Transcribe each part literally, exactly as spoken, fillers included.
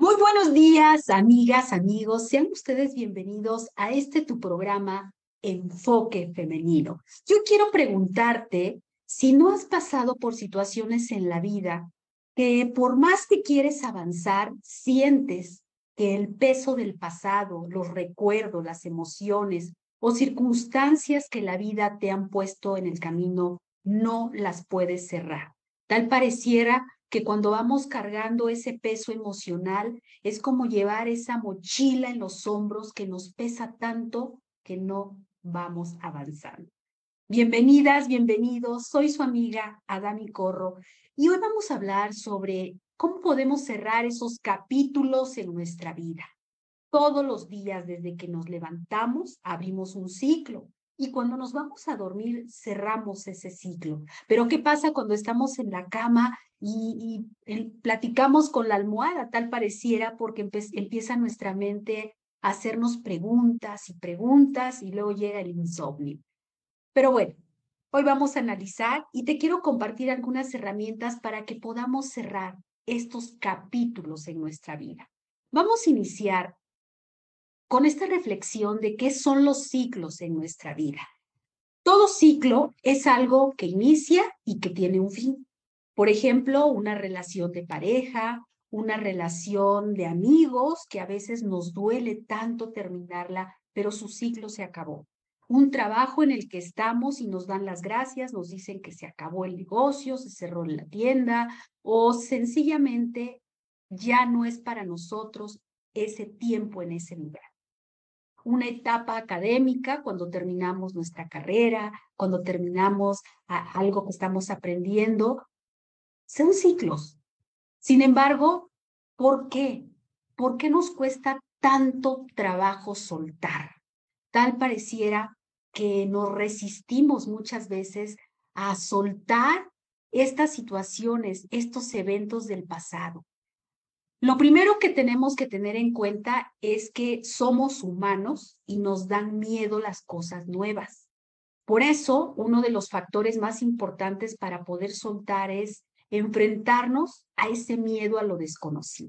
Muy buenos días, amigas, amigos. Sean ustedes bienvenidos a este tu programa Enfoque Femenino. Yo quiero preguntarte si no has pasado por situaciones en la vida que por más que quieres avanzar, sientes que el peso del pasado, los recuerdos, las emociones o circunstancias que la vida te han puesto en el camino no las puedes cerrar. Tal pareciera que cuando vamos cargando ese peso emocional, es como llevar esa mochila en los hombros que nos pesa tanto que no vamos avanzando. Bienvenidas, bienvenidos. Soy su amiga Adami Corro y hoy vamos a hablar sobre cómo podemos cerrar esos capítulos en nuestra vida. Todos los días desde que nos levantamos abrimos un ciclo y cuando nos vamos a dormir cerramos ese ciclo. Pero ¿qué pasa cuando estamos en la cama y, y el, platicamos con la almohada? Tal pareciera porque empe empieza nuestra mente a hacernos preguntas y preguntas y luego llega el insomnio. Pero bueno, hoy vamos a analizar y te quiero compartir algunas herramientas para que podamos cerrar estos capítulos en nuestra vida. Vamos a iniciar con esta reflexión de qué son los ciclos en nuestra vida. Todo ciclo es algo que inicia y que tiene un fin. Por ejemplo, una relación de pareja, una relación de amigos que a veces nos duele tanto terminarla, pero su ciclo se acabó. Un trabajo en el que estamos y nos dan las gracias, nos dicen que se acabó el negocio, se cerró la tienda o sencillamente ya no es para nosotros ese tiempo en ese lugar. Una etapa académica cuando terminamos nuestra carrera, cuando terminamos a, algo que estamos aprendiendo, son ciclos. Sin embargo, ¿por qué? ¿Por qué nos cuesta tanto trabajo soltar? Tal pareciera que nos resistimos muchas veces a soltar estas situaciones, estos eventos del pasado. Lo primero que tenemos que tener en cuenta es que somos humanos y nos dan miedo las cosas nuevas. Por eso, uno de los factores más importantes para poder soltar es enfrentarnos a ese miedo a lo desconocido.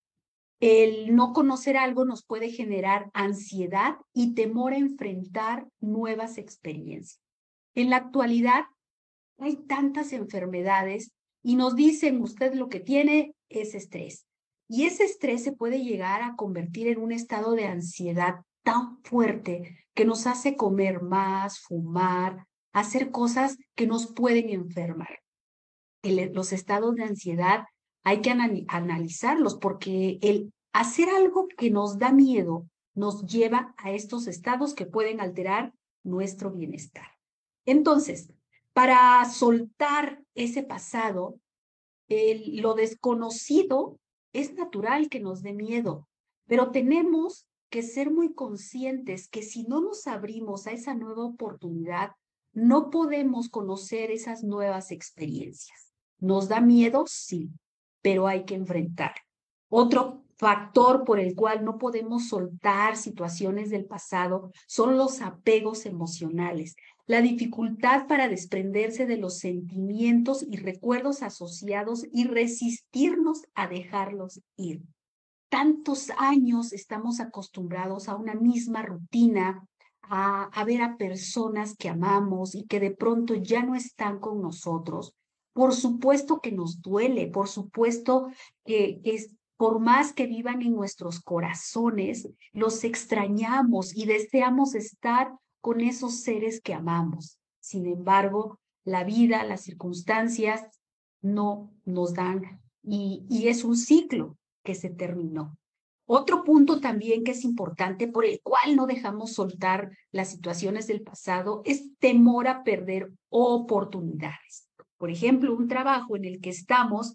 El no conocer algo nos puede generar ansiedad y temor a enfrentar nuevas experiencias. En la actualidad hay tantas enfermedades y nos dicen usted lo que tiene es estrés. Y ese estrés se puede llegar a convertir en un estado de ansiedad tan fuerte que nos hace comer más, fumar, hacer cosas que nos pueden enfermar. El, los estados de ansiedad hay que anal analizarlos porque el hacer algo que nos da miedo nos lleva a estos estados que pueden alterar nuestro bienestar. Entonces, para soltar ese pasado, el, lo desconocido es natural que nos dé miedo, pero tenemos que ser muy conscientes que si no nos abrimos a esa nueva oportunidad, no podemos conocer esas nuevas experiencias. ¿Nos da miedo? Sí, pero hay que enfrentar. Otro factor por el cual no podemos soltar situaciones del pasado son los apegos emocionales, la dificultad para desprenderse de los sentimientos y recuerdos asociados y resistirnos a dejarlos ir. Tantos años estamos acostumbrados a una misma rutina, a, a ver a personas que amamos y que de pronto ya no están con nosotros. Por supuesto que nos duele, por supuesto que, que es, por más que vivan en nuestros corazones, los extrañamos y deseamos estar con esos seres que amamos. Sin embargo, la vida, las circunstancias no nos dan y, y es un ciclo que se terminó. Otro punto también que es importante por el cual no dejamos soltar las situaciones del pasado es temor a perder oportunidades. Por ejemplo, un trabajo en el que estamos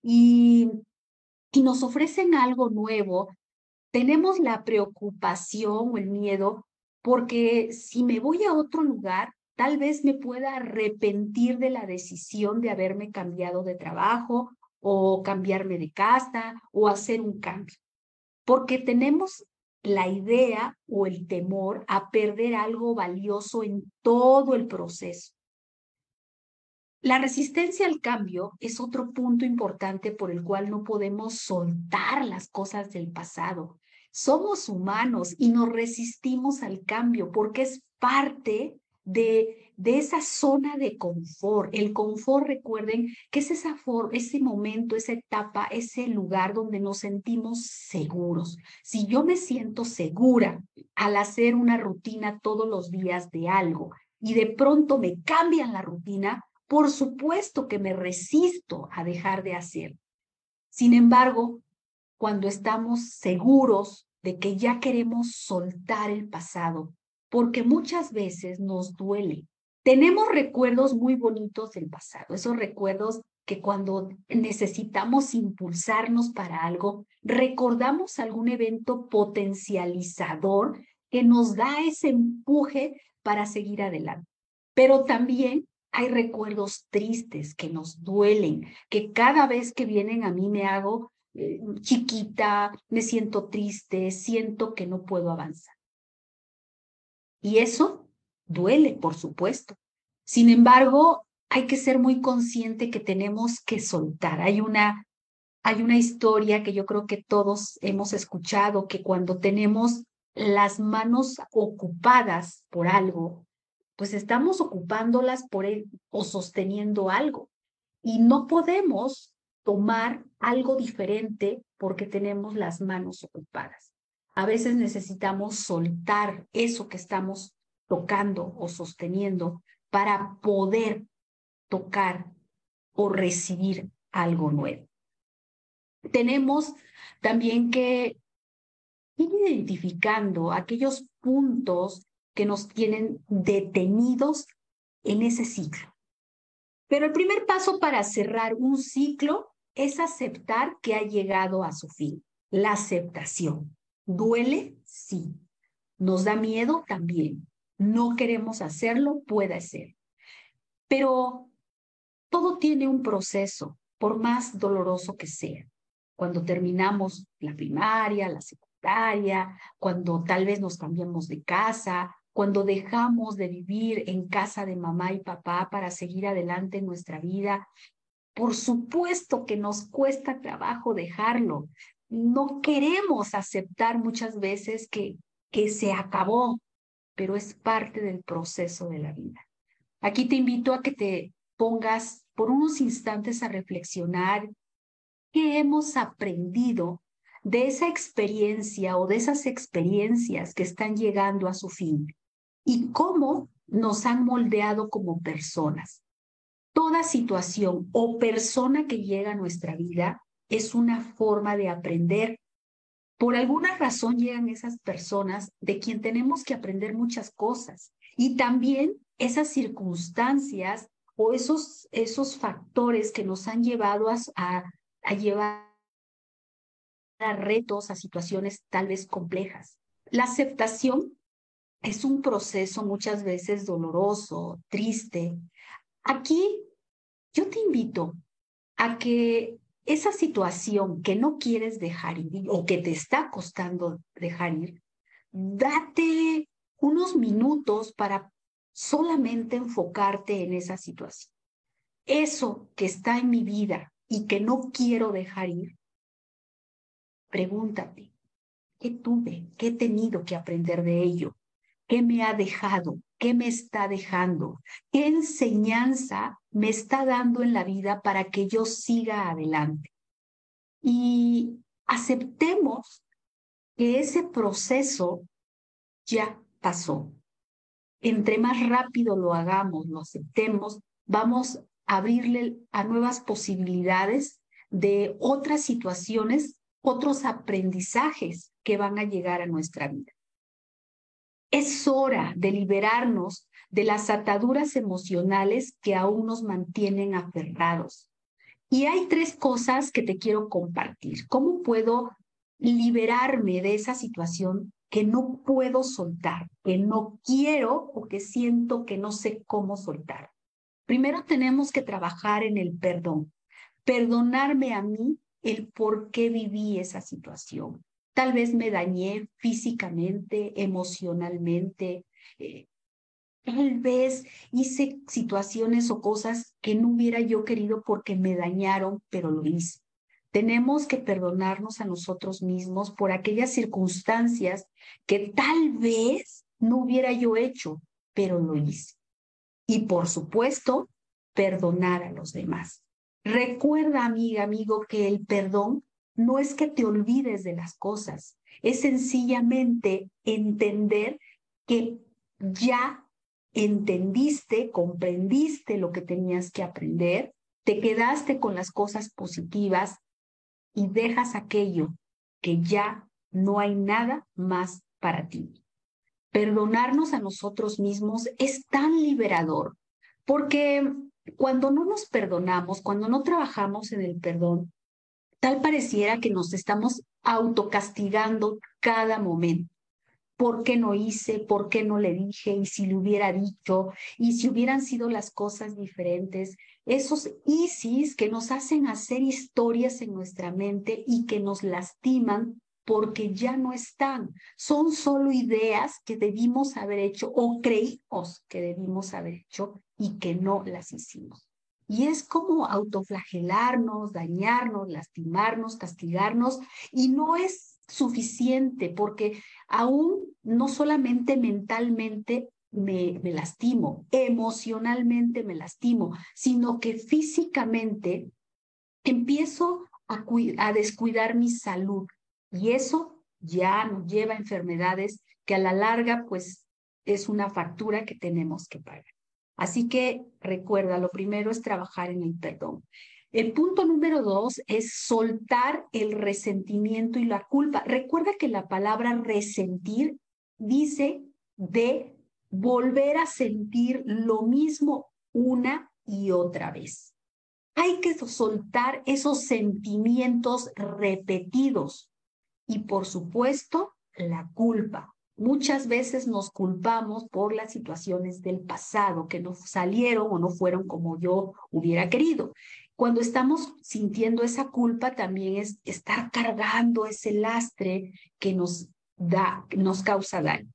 y, y nos ofrecen algo nuevo, tenemos la preocupación o el miedo porque si me voy a otro lugar, tal vez me pueda arrepentir de la decisión de haberme cambiado de trabajo o cambiarme de casa o hacer un cambio, porque tenemos la idea o el temor a perder algo valioso en todo el proceso. La resistencia al cambio es otro punto importante por el cual no podemos soltar las cosas del pasado. Somos humanos y nos resistimos al cambio porque es parte de, de esa zona de confort. El confort, recuerden, que es esa for, ese momento, esa etapa, ese lugar donde nos sentimos seguros. Si yo me siento segura al hacer una rutina todos los días de algo y de pronto me cambian la rutina, por supuesto que me resisto a dejar de hacer. Sin embargo, cuando estamos seguros de que ya queremos soltar el pasado, porque muchas veces nos duele. Tenemos recuerdos muy bonitos del pasado, esos recuerdos que cuando necesitamos impulsarnos para algo, recordamos algún evento potencializador que nos da ese empuje para seguir adelante. Pero también hay recuerdos tristes que nos duelen, que cada vez que vienen a mí me hago eh, chiquita, me siento triste, siento que no puedo avanzar. Y eso duele, por supuesto. Sin embargo, hay que ser muy consciente que tenemos que soltar. Hay una, hay una historia que yo creo que todos hemos escuchado, que cuando tenemos las manos ocupadas por algo, pues estamos ocupándolas por él o sosteniendo algo. Y no podemos tomar algo diferente porque tenemos las manos ocupadas. A veces necesitamos soltar eso que estamos tocando o sosteniendo para poder tocar o recibir algo nuevo. Tenemos también que ir identificando aquellos puntos que nos tienen detenidos en ese ciclo. Pero el primer paso para cerrar un ciclo es aceptar que ha llegado a su fin. La aceptación. ¿Duele? Sí. ¿Nos da miedo? También. No queremos hacerlo, puede ser. Pero todo tiene un proceso, por más doloroso que sea. Cuando terminamos la primaria, la secundaria, cuando tal vez nos cambiamos de casa, cuando dejamos de vivir en casa de mamá y papá para seguir adelante en nuestra vida, por supuesto que nos cuesta trabajo dejarlo. No queremos aceptar muchas veces que, que se acabó, pero es parte del proceso de la vida. Aquí te invito a que te pongas por unos instantes a reflexionar qué hemos aprendido de esa experiencia o de esas experiencias que están llegando a su fin y cómo nos han moldeado como personas. Toda situación o persona que llega a nuestra vida es una forma de aprender. Por alguna razón llegan esas personas de quien tenemos que aprender muchas cosas y también esas circunstancias o esos, esos factores que nos han llevado a, a, a llevar a retos, a situaciones tal vez complejas. La aceptación es un proceso muchas veces doloroso, triste. Aquí yo te invito a que esa situación que no quieres dejar ir o que te está costando dejar ir, date unos minutos para solamente enfocarte en esa situación. Eso que está en mi vida y que no quiero dejar ir, pregúntate, ¿qué tuve? ¿Qué he tenido que aprender de ello? ¿Qué me ha dejado? ¿Qué me está dejando? ¿Qué enseñanza me está dando en la vida para que yo siga adelante? Y aceptemos que ese proceso ya pasó. Entre más rápido lo hagamos, lo aceptemos, vamos a abrirle a nuevas posibilidades de otras situaciones, otros aprendizajes que van a llegar a nuestra vida. Es hora de liberarnos de las ataduras emocionales que aún nos mantienen aferrados. Y hay tres cosas que te quiero compartir. ¿Cómo puedo liberarme de esa situación que no puedo soltar, que no quiero o que siento que no sé cómo soltar? Primero tenemos que trabajar en el perdón. Perdonarme a mí el por qué viví esa situación. Tal vez me dañé físicamente, emocionalmente, eh, Tal vez hice situaciones o cosas que no hubiera yo querido porque me dañaron, pero lo hice. Tenemos que perdonarnos a nosotros mismos por aquellas circunstancias que tal vez no hubiera yo hecho, pero lo hice. Y por supuesto, perdonar a los demás. Recuerda, amiga, amigo, que el perdón no es que te olvides de las cosas, es sencillamente entender que ya entendiste, comprendiste lo que tenías que aprender, te quedaste con las cosas positivas y dejas aquello que ya no hay nada más para ti. Perdonarnos a nosotros mismos es tan liberador, porque cuando no nos perdonamos, cuando no trabajamos en el perdón, tal pareciera que nos estamos autocastigando cada momento. ¿Por qué no hice? ¿Por qué no le dije? ¿Y si le hubiera dicho? ¿Y si hubieran sido las cosas diferentes? Esos isis que nos hacen hacer historias en nuestra mente y que nos lastiman porque ya no están. Son solo ideas que debimos haber hecho o creímos que debimos haber hecho y que no las hicimos. Y es como autoflagelarnos, dañarnos, lastimarnos, castigarnos, y no es suficiente porque aún no solamente mentalmente me, me lastimo, emocionalmente me lastimo, sino que físicamente empiezo a, a descuidar mi salud y eso ya nos lleva a enfermedades que a la larga pues es una factura que tenemos que pagar. Así que recuerda, lo primero es trabajar en el perdón. El punto número dos es soltar el resentimiento y la culpa. Recuerda que la palabra resentir dice de volver a sentir lo mismo una y otra vez. Hay que soltar esos sentimientos repetidos y, por supuesto, la culpa. Muchas veces nos culpamos por las situaciones del pasado que no salieron o no fueron como yo hubiera querido. Cuando estamos sintiendo esa culpa, también es estar cargando ese lastre que nos da, nos causa daño.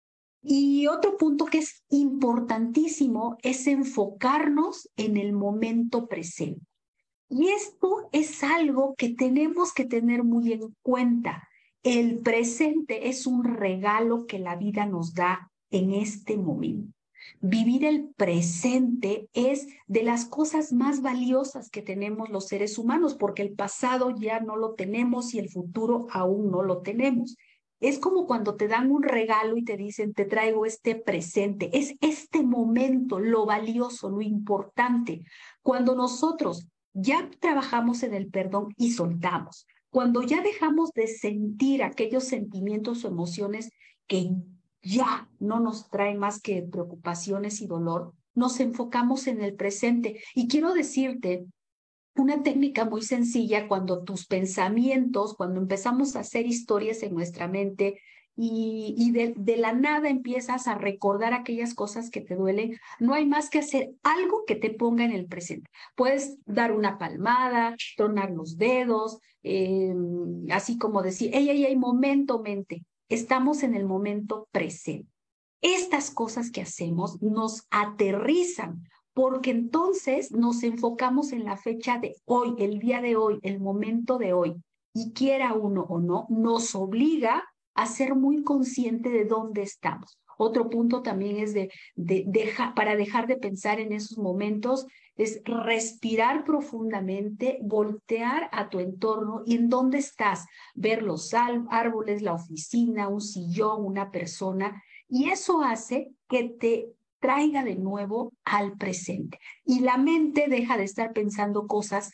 Y otro punto que es importantísimo es enfocarnos en el momento presente. Y esto es algo que tenemos que tener muy en cuenta. El presente es un regalo que la vida nos da en este momento. Vivir el presente es de las cosas más valiosas que tenemos los seres humanos, porque el pasado ya no lo tenemos y el futuro aún no lo tenemos. Es como cuando te dan un regalo y te dicen, te traigo este presente. Es este momento lo valioso, lo importante. Cuando nosotros ya trabajamos en el perdón y soltamos, cuando ya dejamos de sentir aquellos sentimientos o emociones que ya no nos traen más que preocupaciones y dolor, nos enfocamos en el presente. Y quiero decirte una técnica muy sencilla cuando tus pensamientos, cuando empezamos a hacer historias en nuestra mente y, y de, de la nada empiezas a recordar aquellas cosas que te duelen, no hay más que hacer algo que te ponga en el presente. Puedes dar una palmada, tronar los dedos, eh, así como decir, hey, hey, hey, momento, mente, estamos en el momento presente. Estas cosas que hacemos nos aterrizan porque entonces nos enfocamos en la fecha de hoy, el día de hoy, el momento de hoy, y quiera uno o no, nos obliga a ser muy consciente de dónde estamos. Otro punto también es de, de deja, para dejar de pensar en esos momentos, es respirar profundamente, voltear a tu entorno y en dónde estás, ver los árboles, la oficina, un sillón, una persona, y eso hace que te traiga de nuevo al presente. Y la mente deja de estar pensando cosas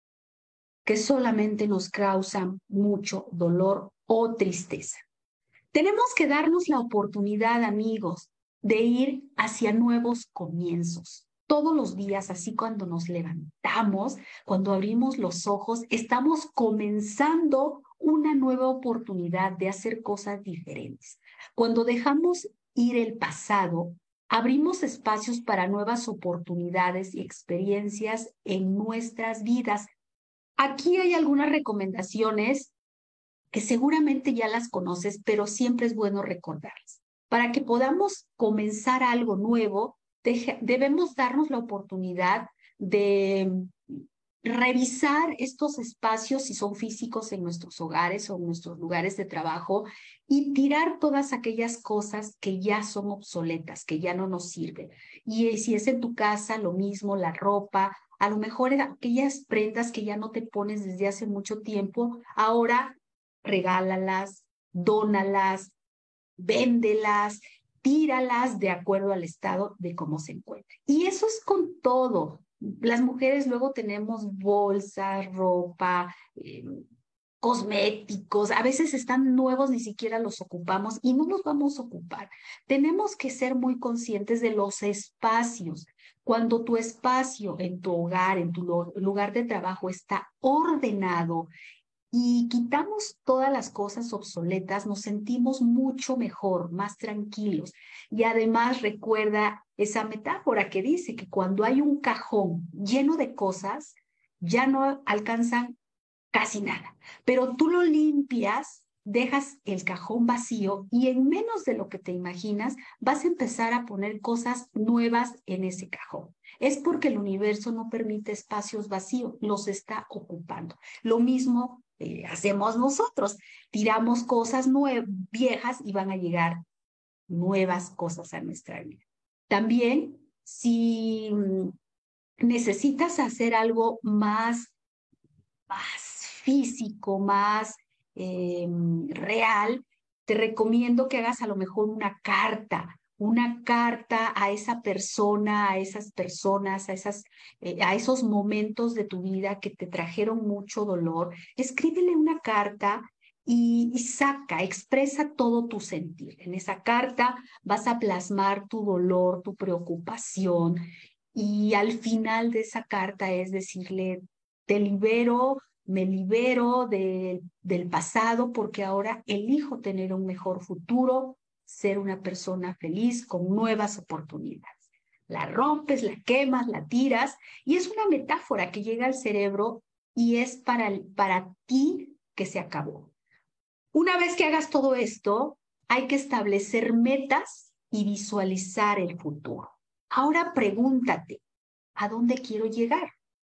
que solamente nos causan mucho dolor o tristeza. Tenemos que darnos la oportunidad, amigos, de ir hacia nuevos comienzos. Todos los días, así cuando nos levantamos, cuando abrimos los ojos, estamos comenzando una nueva oportunidad de hacer cosas diferentes. Cuando dejamos ir el pasado, abrimos espacios para nuevas oportunidades y experiencias en nuestras vidas. Aquí hay algunas recomendaciones que seguramente ya las conoces, pero siempre es bueno recordarlas. Para que podamos comenzar algo nuevo, deje, debemos darnos la oportunidad de revisar estos espacios, si son físicos en nuestros hogares o en nuestros lugares de trabajo, y tirar todas aquellas cosas que ya son obsoletas, que ya no nos sirven. Y si es en tu casa, lo mismo, la ropa, a lo mejor aquellas prendas que ya no te pones desde hace mucho tiempo, ahora regálalas, dónalas, véndelas, tíralas de acuerdo al estado de cómo se encuentre. Y eso es con todo. Las mujeres luego tenemos bolsas, ropa, eh, cosméticos, a veces están nuevos, ni siquiera los ocupamos y no los vamos a ocupar. Tenemos que ser muy conscientes de los espacios. Cuando tu espacio en tu hogar, en tu lugar de trabajo está ordenado y quitamos todas las cosas obsoletas, nos sentimos mucho mejor, más tranquilos. Y además recuerda esa metáfora que dice que cuando hay un cajón lleno de cosas, ya no alcanzan casi nada. Pero tú lo limpias, dejas el cajón vacío y en menos de lo que te imaginas, vas a empezar a poner cosas nuevas en ese cajón. Es porque el universo no permite espacios vacíos, los está ocupando. Lo mismo eh, hacemos nosotros, tiramos cosas viejas y van a llegar nuevas cosas a nuestra vida. También, si necesitas hacer algo más, más físico, más eh, real, te recomiendo que hagas a lo mejor una carta, una carta a esa persona, a esas personas, a, esas, eh, a esos momentos de tu vida que te trajeron mucho dolor. Escríbele una carta y, y saca, expresa todo tu sentir. En esa carta vas a plasmar tu dolor, tu preocupación y al final de esa carta es decirle, te libero, me libero de, del pasado porque ahora elijo tener un mejor futuro, ser una persona feliz con nuevas oportunidades. La rompes, la quemas, la tiras y es una metáfora que llega al cerebro y es para, para ti que se acabó. Una vez que hagas todo esto, hay que establecer metas y visualizar el futuro. Ahora pregúntate, ¿a dónde quiero llegar?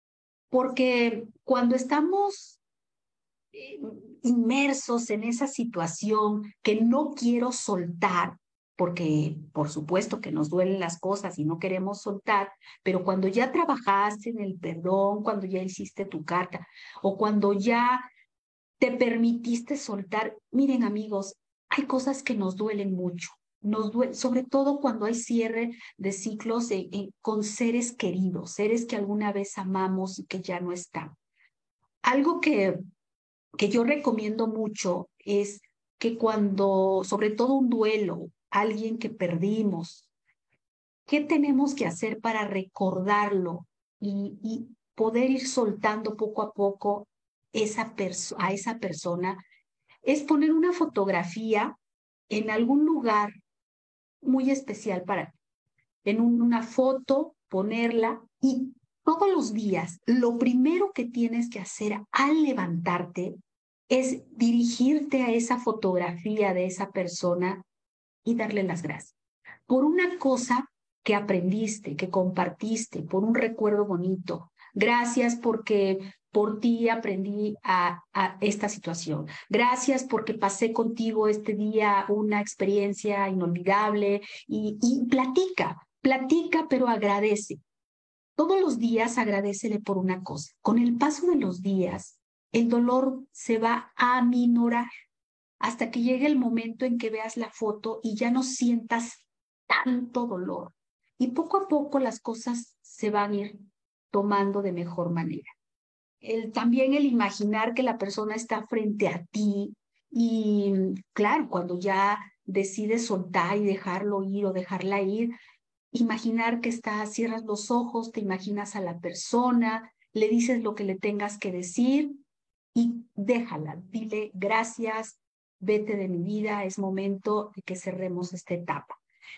Porque cuando estamos eh, inmersos en esa situación que no quiero soltar, porque por supuesto que nos duelen las cosas y no queremos soltar, pero cuando ya trabajaste en el perdón, cuando ya hiciste tu carta o cuando ya te permitiste soltar, miren amigos, hay cosas que nos duelen mucho. Nos duele, sobre todo cuando hay cierre de ciclos eh, eh, con seres queridos, seres que alguna vez amamos y que ya no están. Algo que que yo recomiendo mucho es que cuando, sobre todo un duelo, alguien que perdimos, ¿qué tenemos que hacer para recordarlo y, y poder ir soltando poco a poco esa a esa persona? Es poner una fotografía en algún lugar muy especial para ti, en un, una foto, ponerla y todos los días, lo primero que tienes que hacer al levantarte es dirigirte a esa fotografía de esa persona y darle las gracias por una cosa que aprendiste, que compartiste, por un recuerdo bonito. Gracias porque por ti aprendí a, a esta situación. Gracias porque pasé contigo este día una experiencia inolvidable y, y platica, platica, pero agradece. Todos los días agradécele por una cosa. Con el paso de los días, el dolor se va a aminorar hasta que llegue el momento en que veas la foto y ya no sientas tanto dolor. Y poco a poco las cosas se van a ir tomando de mejor manera. El, también el imaginar que la persona está frente a ti y claro, cuando ya decides soltar y dejarlo ir o dejarla ir, imaginar que está, cierras los ojos, te imaginas a la persona, le dices lo que le tengas que decir y déjala, dile gracias, vete de mi vida, es momento de que cerremos esta etapa.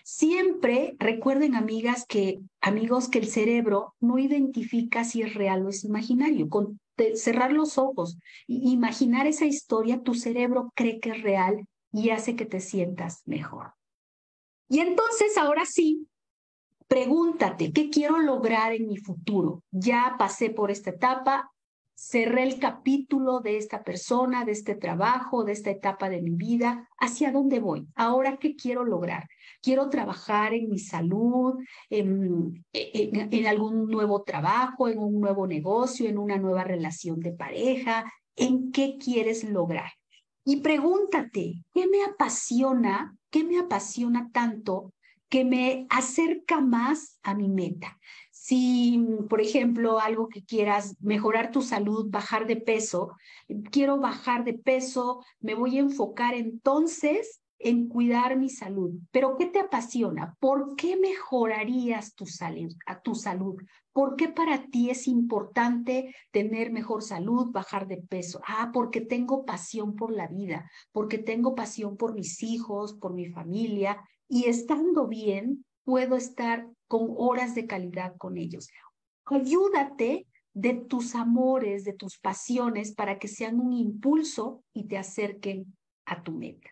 Siempre recuerden, amigas, que, amigos, que el cerebro no identifica si es real o es imaginario. Con cerrar los ojos e imaginar esa historia, tu cerebro cree que es real y hace que te sientas mejor. Y entonces, ahora sí, pregúntate, ¿qué quiero lograr en mi futuro? Ya pasé por esta etapa, cerré el capítulo de esta persona, de este trabajo, de esta etapa de mi vida. ¿Hacia dónde voy? Ahora, ¿qué quiero lograr? Quiero trabajar en mi salud, en, en, en algún nuevo trabajo, en un nuevo negocio, en una nueva relación de pareja. ¿En qué quieres lograr? Y pregúntate, ¿qué me apasiona? ¿Qué me apasiona tanto que me acerca más a mi meta? Si, por ejemplo, algo que quieras, mejorar tu salud, bajar de peso, quiero bajar de peso, me voy a enfocar entonces en cuidar mi salud. Pero ¿qué te apasiona? ¿Por qué mejorarías tu salud, a tu salud? ¿Por qué para ti es importante tener mejor salud, bajar de peso? Ah, porque tengo pasión por la vida, porque tengo pasión por mis hijos, por mi familia, y estando bien, puedo estar con horas de calidad con ellos. Ayúdate de tus amores, de tus pasiones, para que sean un impulso y te acerquen a tu meta.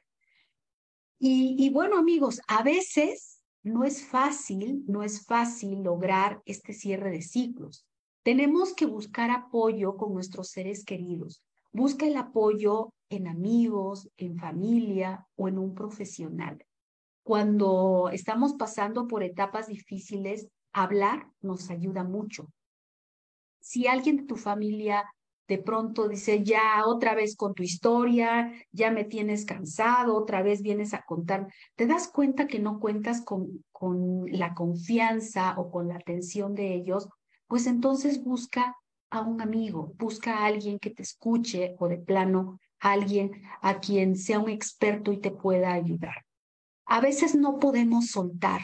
Y, y bueno, amigos, a veces no es fácil, no es fácil lograr este cierre de ciclos. Tenemos que buscar apoyo con nuestros seres queridos. Busca el apoyo en amigos, en familia o en un profesional. Cuando estamos pasando por etapas difíciles, hablar nos ayuda mucho. Si alguien de tu familia de pronto dice, ya otra vez con tu historia, ya me tienes cansado, otra vez vienes a contar, te das cuenta que no cuentas con, con la confianza o con la atención de ellos, pues entonces busca a un amigo, busca a alguien que te escuche o de plano a alguien a quien sea un experto y te pueda ayudar. A veces no podemos soltar.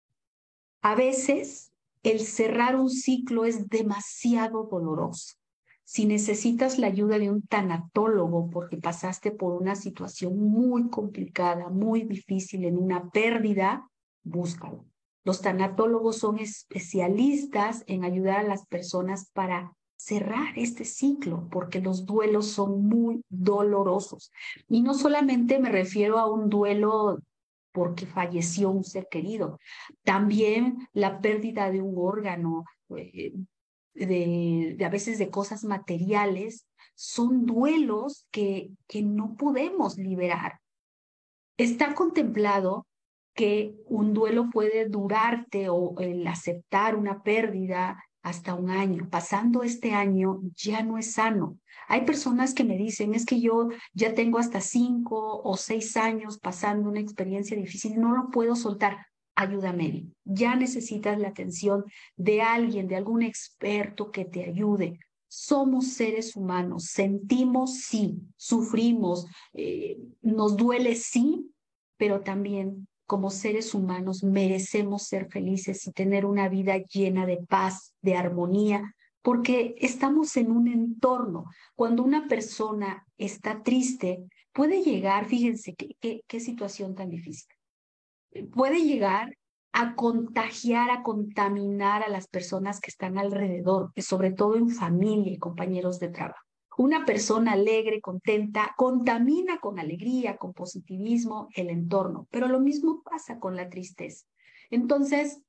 A veces el cerrar un ciclo es demasiado doloroso. Si necesitas la ayuda de un tanatólogo porque pasaste por una situación muy complicada, muy difícil en una pérdida, búscalo. Los tanatólogos son especialistas en ayudar a las personas para cerrar este ciclo, porque los duelos son muy dolorosos. Y no solamente me refiero a un duelo porque falleció un ser querido, también la pérdida de un órgano, eh, de, de a veces de cosas materiales, son duelos que, que no podemos liberar. Está contemplado que un duelo puede durarte o el aceptar una pérdida hasta un año. Pasando este año ya no es sano. Hay personas que me dicen, es que yo ya tengo hasta cinco o seis años pasando una experiencia difícil, no lo puedo soltar. Ayúdame, ya necesitas la atención de alguien, de algún experto que te ayude. Somos seres humanos, sentimos sí, sufrimos, eh, nos duele sí, pero también como seres humanos merecemos ser felices y tener una vida llena de paz, de armonía, porque estamos en un entorno. Cuando una persona está triste, puede llegar, fíjense qué, qué, qué situación tan difícil, puede llegar a contagiar, a contaminar a las personas que están alrededor, sobre todo en familia y compañeros de trabajo. Una persona alegre, contenta, contamina con alegría, con positivismo el entorno, pero lo mismo pasa con la tristeza. Entonces,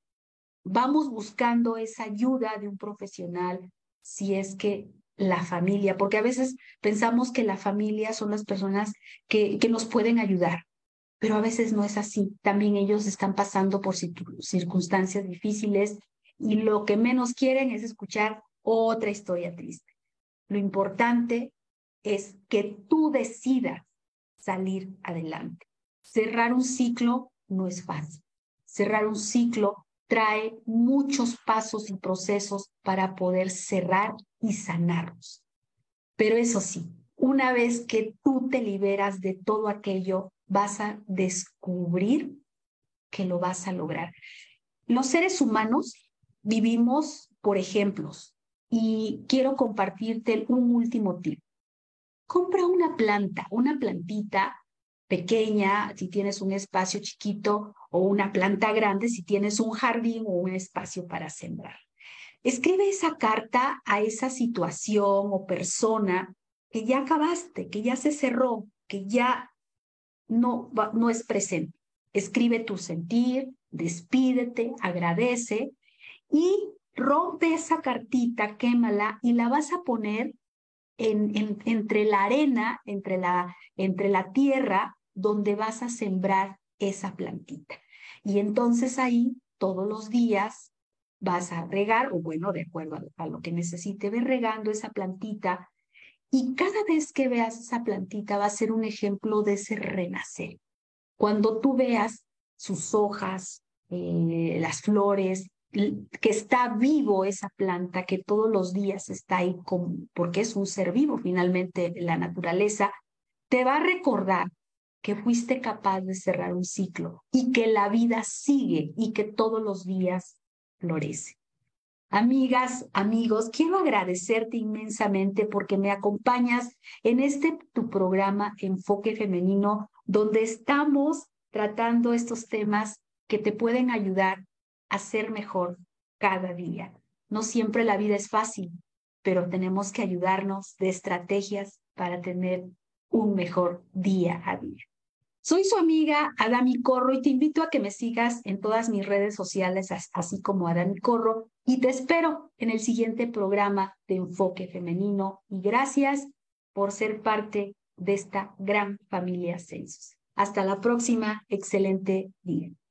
vamos buscando esa ayuda de un profesional si es que la familia, porque a veces pensamos que la familia son las personas que, que nos pueden ayudar, pero a veces no es así. También ellos están pasando por circunstancias difíciles y lo que menos quieren es escuchar otra historia triste. Lo importante es que tú decidas salir adelante. Cerrar un ciclo no es fácil. Cerrar un ciclo trae muchos pasos y procesos para poder cerrar y sanarlos. Pero eso sí, una vez que tú te liberas de todo aquello, vas a descubrir que lo vas a lograr. Los seres humanos vivimos por ejemplos y quiero compartirte un último tip. Compra una planta, una plantita pequeña si tienes un espacio chiquito o una planta grande si tienes un jardín o un espacio para sembrar. Escribe esa carta a esa situación o persona que ya acabaste, que ya se cerró, que ya no, no es presente. escribe tu sentir, despídete, agradece y rompe esa cartita, quémala y la vas a poner en, en, entre la arena, entre la, entre la tierra, donde vas a sembrar esa plantita. Y entonces ahí todos los días vas a regar, o bueno, de acuerdo a, a lo que necesite, ve regando esa plantita. Y cada vez que veas esa plantita va a ser un ejemplo de ese renacer. Cuando tú veas sus hojas, eh, las flores, que está vivo esa planta, que todos los días está ahí, con, porque es un ser vivo finalmente, la naturaleza, te va a recordar que fuiste capaz de cerrar un ciclo y que la vida sigue y que todos los días florece. Amigas, amigos, quiero agradecerte inmensamente porque me acompañas en este tu programa Enfoque Femenino, donde estamos tratando estos temas que te pueden ayudar a ser mejor cada día. No siempre la vida es fácil, pero tenemos que ayudarnos de estrategias para tener un mejor día a día. Soy su amiga Adami Corro y te invito a que me sigas en todas mis redes sociales, así como Adami Corro, y te espero en el siguiente programa de Enfoque Femenino. Y gracias por ser parte de esta gran familia Census. Hasta la próxima. Excelente día.